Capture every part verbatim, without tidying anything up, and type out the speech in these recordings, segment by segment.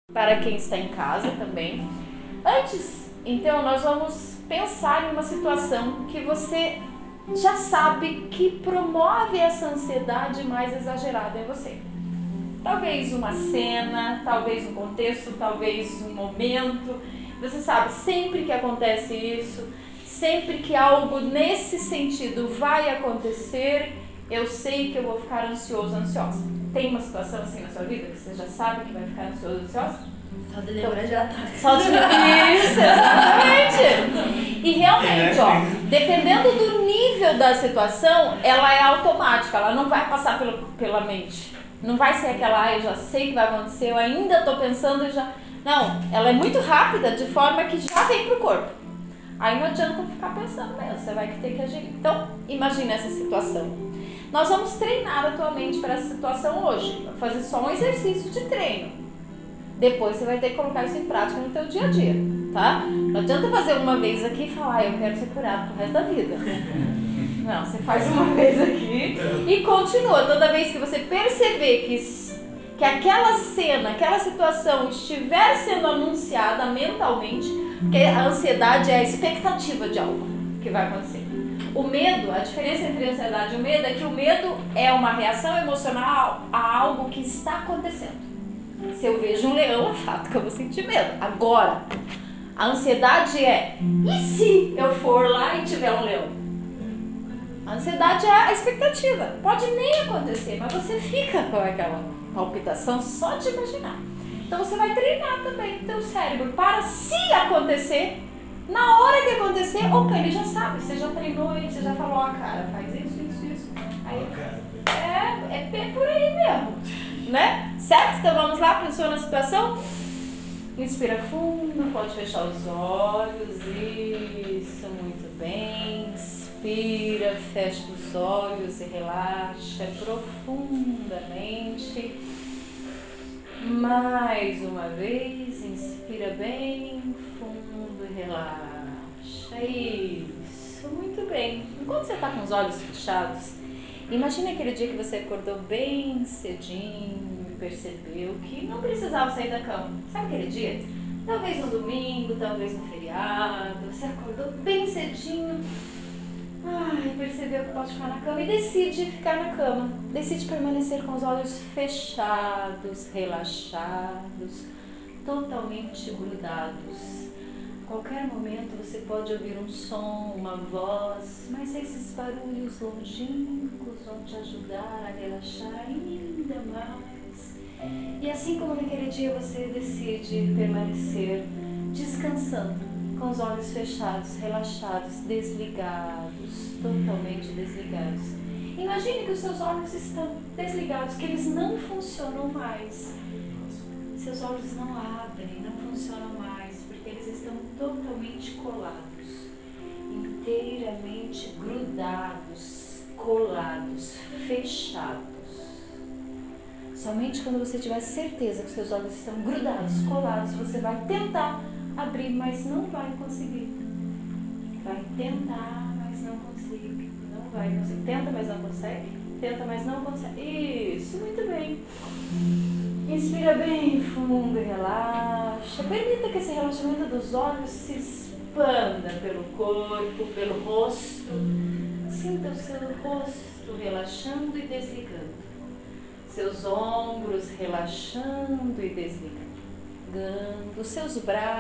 para quem está em casa também. Antes, então, nós vamos pensar em uma situação que você já sabe que promove essa ansiedade mais exagerada em você. Talvez uma cena, talvez um contexto, talvez um momento. Você sabe, sempre que acontece isso, sempre que algo nesse sentido vai acontecer, eu sei que eu vou ficar ansioso, ansiosa. Tem uma situação assim na sua vida que você já sabe que vai ficar ansioso, ansiosa? Só de lembrar já tá. Só de lembrar. Isso, exatamente. E realmente, ó, dependendo do nível da situação, ela é automática, ela não vai passar pelo, pela mente. Não vai ser aquela, ah, eu já sei que vai acontecer, eu ainda tô pensando e já... Não, ela é muito rápida, de forma que já vem pro corpo. Aí não adianta ficar pensando mesmo, você vai ter que agir. Então, imagine essa situação. Nós vamos treinar a tua mente para essa situação hoje. Vai fazer só um exercício de treino. Depois você vai ter que colocar isso em prática no teu dia a dia, tá? Não adianta fazer uma vez aqui e falar, ah, eu quero ser curado pro resto da vida. Não, você faz uma vez aqui e continua. Toda vez que você perceber que, que aquela cena, aquela situação estiver sendo anunciada mentalmente, porque a ansiedade é a expectativa de algo que vai acontecer. O medo, a diferença entre a ansiedade e o medo é que o medo é uma reação emocional a algo que está acontecendo. Se eu vejo um leão, é fato que eu vou sentir medo. Agora, a ansiedade é, e se eu for lá e tiver um leão? A ansiedade é a expectativa. Pode nem acontecer, mas você fica com aquela palpitação só de imaginar. Então você vai treinar também o teu cérebro para, se acontecer, na hora que acontecer, opa, ele já sabe, você já treinou ele, você já falou, ó, oh, cara, faz isso, isso, isso. Aí, é, é, é por aí mesmo, né? Certo? Então vamos lá, pensou na situação? Inspira fundo, pode fechar os olhos, isso, muito bem. Inspira, fecha os olhos e relaxa profundamente. Mais uma vez, inspira bem fundo e relaxa. Isso, muito bem. Enquanto você está com os olhos fechados, imagine aquele dia que você acordou bem cedinho e percebeu que não precisava sair da cama. Sabe aquele dia? Talvez no domingo, talvez no feriado. Você acordou bem cedinho. Ai, percebeu que pode ficar na cama e decide ficar na cama. Decide permanecer com os olhos fechados, relaxados, totalmente grudados. A qualquer momento você pode ouvir um som, uma voz, mas esses barulhos longínquos vão te ajudar a relaxar ainda mais. E assim como naquele dia você decide permanecer descansando, com os olhos fechados, relaxados, desligados, totalmente desligados. Imagine que os seus olhos estão desligados, que eles não funcionam mais. Seus olhos não abrem, não funcionam mais, porque eles estão totalmente colados, inteiramente grudados, colados, fechados. Somente quando você tiver certeza que seus olhos estão grudados, colados, você vai tentar abrir, mas não vai conseguir. Vai tentar, mas não consegue. Não vai conseguir. Tenta, mas não consegue. Tenta, mas não consegue. Isso, muito bem. Inspira bem fundo e relaxa. Permita que esse relaxamento dos olhos se expanda pelo corpo, pelo rosto. Sinta o seu rosto relaxando e desligando. Seus ombros relaxando e desligando. Seus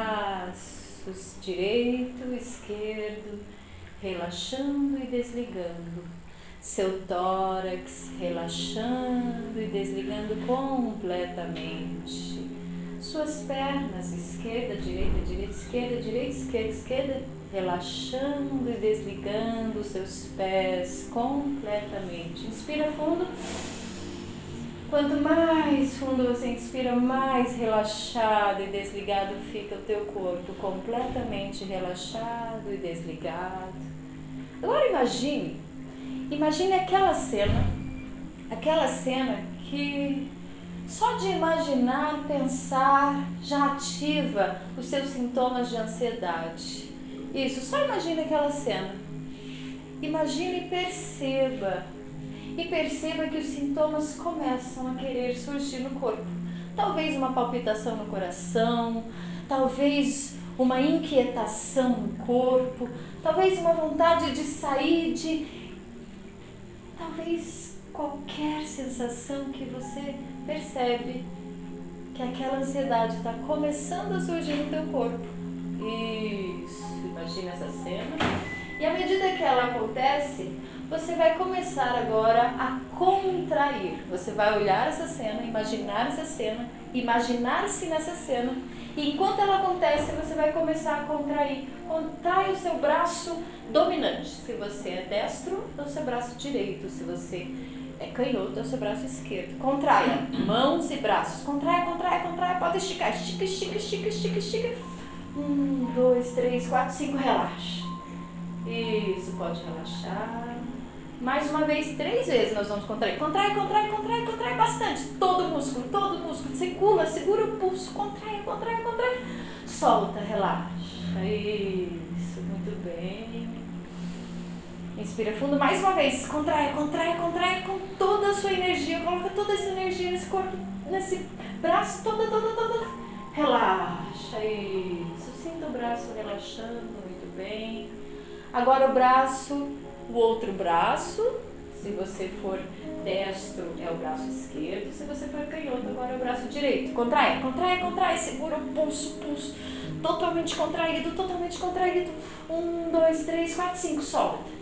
braços direito e esquerdo relaxando e desligando. Seu tórax relaxando e desligando completamente. Suas pernas, esquerda, direita, direita, esquerda, direita, esquerda, esquerda, relaxando e desligando. Seus pés completamente. Inspira fundo. Quanto mais fundo você inspira, mais relaxado e desligado fica o teu corpo, completamente relaxado e desligado. Agora imagine, imagine aquela cena, aquela cena que só de imaginar, pensar, já ativa os seus sintomas de ansiedade. Isso, só imagine aquela cena. Imagine e perceba. E perceba que os sintomas começam a querer surgir no corpo. talvez uma palpitação no coração, talvez uma inquietação no corpo, talvez uma vontade de sair de... Talvez qualquer sensação que você percebe que aquela ansiedade está começando a surgir no teu corpo. Isso, imagina essa cena. E à medida que ela acontece, você vai começar agora a contrair. Você vai olhar essa cena, imaginar essa cena, imaginar-se nessa cena. E enquanto ela acontece, você vai começar a contrair. Contrai o seu braço dominante. Se você é destro, é o seu braço direito. Se você é canhoto, é o seu braço esquerdo. Contraia mãos e braços. Contraia, contraia, contraia. Pode esticar. Estica, estica, estica, estica, estica. Um, dois, três, quatro, cinco. Relaxa. Isso, pode relaxar. Mais uma vez, três vezes nós vamos contrair. Contrai, contrai, contrai, contrai bastante. Todo o músculo, todo o músculo. Segura, segura o pulso. Contrai, contrai, contrai. Solta, relaxa. Isso, muito bem. Inspira fundo mais uma vez. Contrai, contrai, contrai com toda a sua energia. Coloca toda essa energia nesse corpo, nesse braço, toda, toda, toda. Relaxa. Isso. Sinta o braço relaxando. Muito bem. Agora o braço, o outro braço. Se você for destro, é o braço esquerdo. Se você for canhoto, agora é o braço direito. Contrai, contrai, contrai. Segura o pulso, pulso. Totalmente contraído, totalmente contraído. Um, dois, três, quatro, cinco. Solta.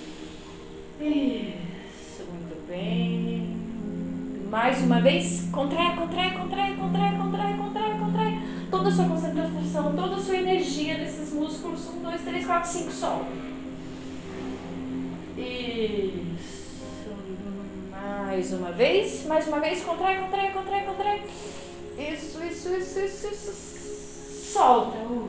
Isso, muito bem. Mais uma vez. Contrai, contrai, contrai, contrai, contrai, contrai, contrai. Toda a sua concentração, toda a sua energia nesses músculos. Um, dois, três, quatro, cinco. Solta. Isso. Mais uma vez. Mais uma vez. Contrai, contrai, contrai, contrai. Isso, isso, isso, isso, isso. Solta. Uh.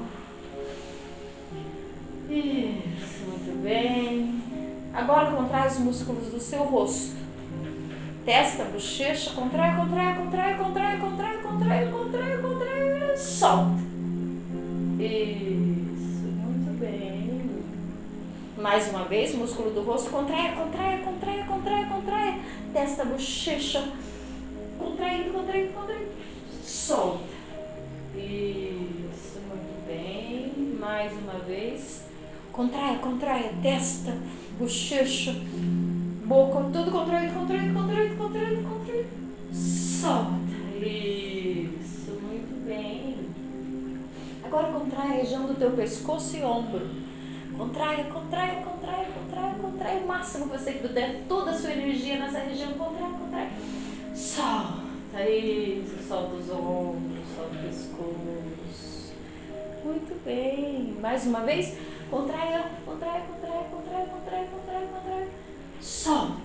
Isso, muito bem. Agora contrai os músculos do seu rosto. Testa, bochecha. Contrai, contrai, contrai, contrai, contrai, contrai, contrai, contrai. Solta. Isso, muito bem. Mais uma vez, músculo do rosto. Contrai, contrai, contrai, contrai, contrai. Testa, bochecha. Contraindo, contraindo, contraindo. Solta. Isso, muito bem. Mais uma vez. Contrai, contrai. Testa, bochecha, boca. Tudo contraído, contraído, contraído, contraído, contraído. Solta. Isso, muito bem. Agora contrai a região do teu pescoço e ombro. Contraia, contraia, contraia, contraia, contraia o máximo que você puder. Toda a sua energia nessa região. Contrai, contrai. Solta. Isso. Solta os ombros, solta o pescoço. Muito bem. Mais uma vez. Contraia, contraia, contraia, contraia, contraia, contraia, contraia. Solta.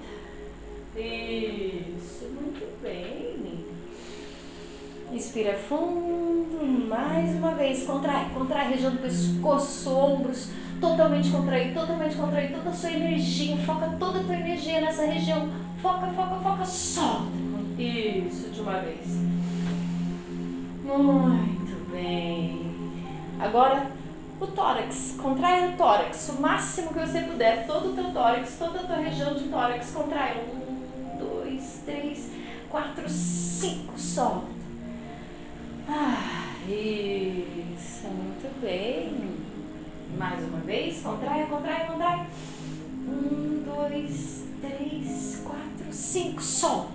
Isso. Muito bem. Inspira fundo, mais uma vez, contrai, contrai a região do pescoço, ombros, totalmente contraído, totalmente contraído, toda a sua energia, foca toda a tua energia nessa região, foca, foca, foca, solta, isso, de uma vez. Muito bem. Agora, o tórax, contrai o tórax, o máximo que você puder, todo o teu tórax, toda a tua região de tórax, contrai, um, dois, três, quatro, cinco, solta. Ah, isso, muito bem. Mais uma vez, contrai, contrai, contrai. Um, dois, três, quatro, cinco, solta.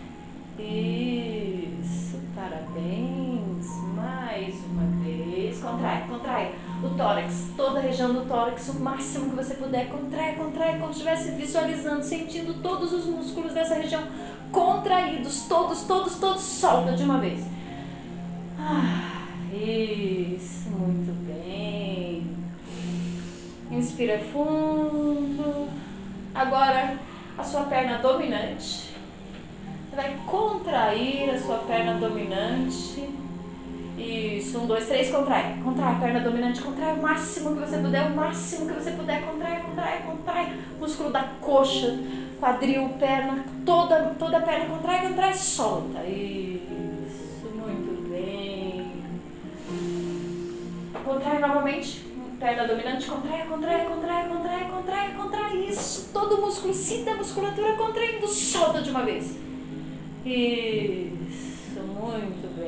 Isso, parabéns. Mais uma vez, contrai, contrai. O tórax, toda a região do tórax, o máximo que você puder, contrai, contrai, como se estivesse visualizando, sentindo todos os músculos dessa região contraídos, todos, todos, todos, solta de uma vez. Ah, isso, muito bem. Inspira fundo. Agora, a sua perna dominante. Você vai contrair a sua perna dominante. Isso, um, dois, três, contrai. Contrai a perna dominante, contrai o máximo que você puder, o máximo que você puder. Contrai, contrai, contrai. Músculo da coxa, quadril, perna, toda, toda a perna, contrai, contrai, solta. Isso, muito bem. Contrai novamente, perna dominante, contrai, contrai, contrai, contrai, contrai, contrai, isso, todo o músculo, sinta a musculatura contraindo, solta de uma vez. Isso, muito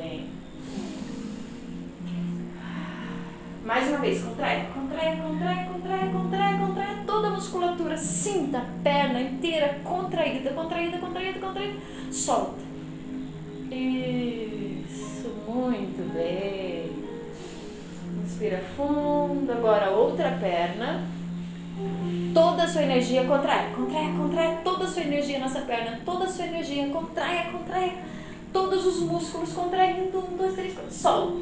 Mais uma vez, contrai, contrai, contrai, contrai, contrai, contrai toda a musculatura. Sinta a perna inteira contraída, contraída, contraída, contraída. Solta. Isso, muito bem. Inspira fundo. Agora outra perna. Toda a sua energia contrai, contrai, contrai toda a sua energia nessa perna. Toda a sua energia contrai, contrai. Todos os músculos contraindo. Um, dois, três, quatro. Solta.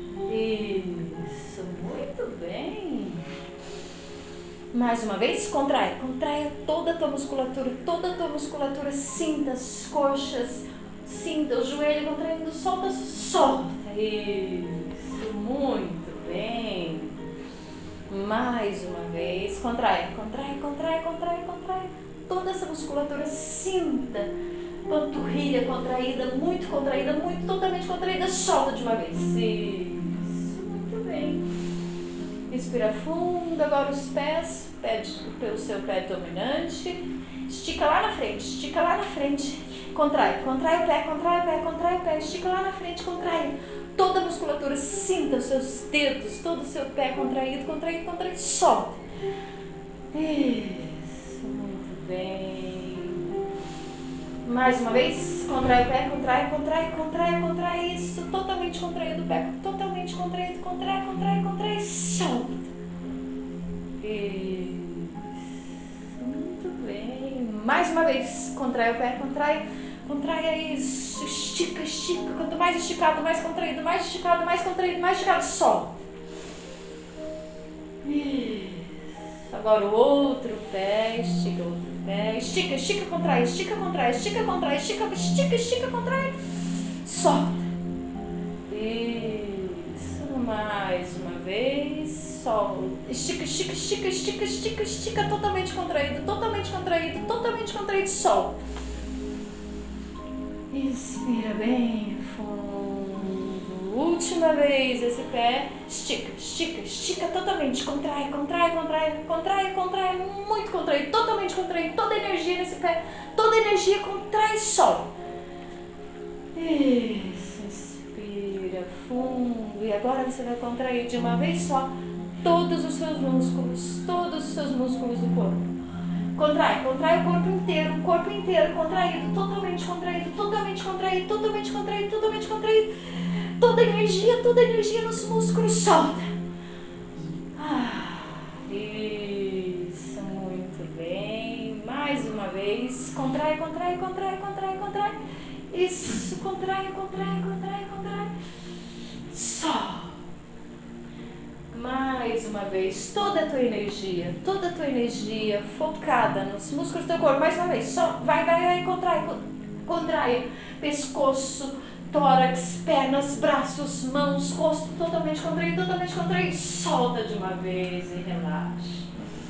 Isso, muito bem. Mais uma vez, contrai, contrai toda a tua musculatura, toda a tua musculatura, sinta as coxas, sinta o joelho contraindo, solta, solta. Isso, muito bem. Mais uma vez, contrai, contrai, contrai, contrai, contrai toda essa musculatura, sinta panturrilha contraída, muito contraída, muito totalmente contraída, solta de uma vez. Isso, muito bem. Inspira fundo, agora os pés, pede pelo seu pé dominante, estica lá na frente, estica lá na frente, contrai, contrai o pé, contrai o pé, contrai o pé, estica lá na frente, contrai toda a musculatura, sinta os seus dedos, todo o seu pé contraído, contraído, contraído, solta. Isso, muito bem. Mais uma vez, contrai o pé, contrai, contrai, contrai, contrai, isso, totalmente contraído o pé, totalmente contraído, contrai, contrai, contrai, solta. Isso, muito bem. Mais uma vez, contrai o pé, contrai, contrai, isso, estica, estica, quanto mais esticado, mais contraído, mais esticado, mais contraído, mais esticado, solta. Isso. Agora o outro pé, estica o outro pé, estica, estica, contrai, estica, contrai, estica, contrai, estica, estica, estica, contrai, solta. Isso, mais uma vez, solta, estica, estica, estica, estica, estica, estica, totalmente contraído, totalmente contraído, totalmente contraído, solta. Inspira bem fundo. Última vez esse pé, estica, estica, estica totalmente, contrai, contrai, contrai, contrai, contrai, muito contraído, totalmente contraído, toda a energia nesse pé, toda a energia contrai, solta. Isso, inspira fundo e agora você vai contrair de uma vez só todos os seus músculos, todos os seus músculos do corpo. Contrai, contrai o corpo inteiro, o corpo inteiro contraído, totalmente contraído, totalmente contraído, totalmente contraído, totalmente contraído. Toda a energia, toda a energia nos músculos, solta. Ah, isso, muito bem. Mais uma vez, contrai, contrai, contrai, contrai, contrai. Isso, contrai, contrai, contrai, contrai. Solta. Mais uma vez, toda a tua energia, toda a tua energia focada nos músculos do teu corpo. Mais uma vez, só vai, vai, vai, contrai, contrai, pescoço, tórax, pernas, braços, mãos, rosto, totalmente contraído, totalmente contraído. Solta de uma vez e relaxa.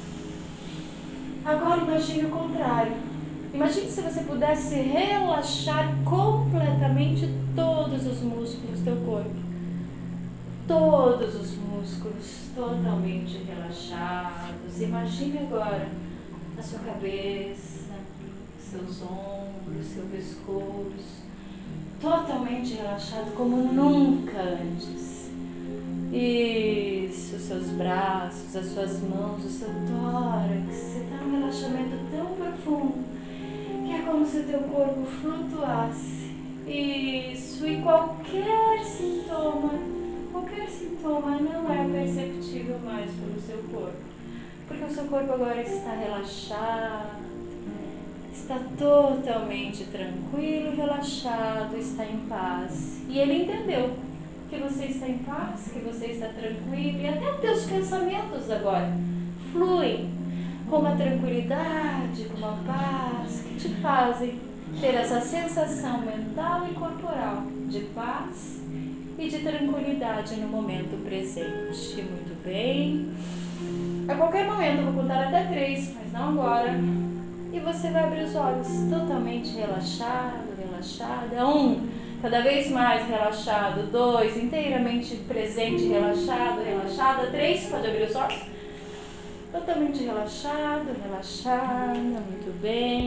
Agora imagine o contrário. Imagine se você pudesse relaxar completamente todos os músculos do teu corpo. Todos os músculos totalmente relaxados. Imagine agora a sua cabeça, seus ombros, seu pescoço, totalmente relaxado como nunca antes. Isso, seus braços, as suas mãos, o seu tórax. Você está num relaxamento tão profundo que é como se o teu corpo flutuasse. Isso, e qualquer sintoma Qualquer sintoma não é perceptível mais pelo seu corpo, porque o seu corpo agora está relaxado, está totalmente tranquilo, relaxado, está em paz. E ele entendeu que você está em paz, que você está tranquilo, e até os teus pensamentos agora fluem com uma tranquilidade, com uma paz, que te fazem ter essa sensação mental e corporal de paz e de tranquilidade no momento presente. Muito bem. A qualquer momento eu vou contar até três, mas não agora. E você vai abrir os olhos totalmente relaxado, relaxada. Um, cada vez mais relaxado. Dois, inteiramente presente, relaxado, relaxada. Três, pode abrir os olhos. Totalmente relaxado, relaxada. Muito bem.